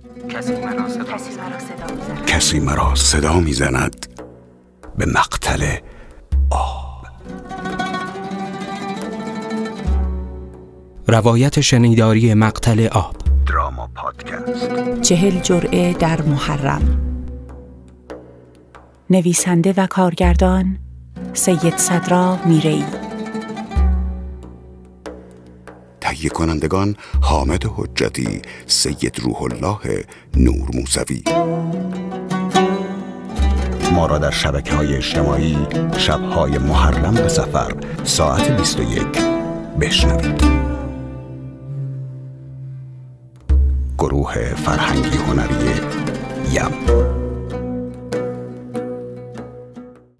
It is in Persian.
کسی مرا صدا می‌زند به مقتل آب. روایت شنیداری مقتل آب، دراما پادکست. 40 جرعه در محرم. نویسنده و کارگردان سید صدرا میرئی. تهیه کنندگان حامد حجتی، سید روح الله نور موسوی. ما را در شبکه‌های اجتماعی شب‌های محرم به سفر ساعت 21 بشنوید. گروه فرهنگی هنری یم.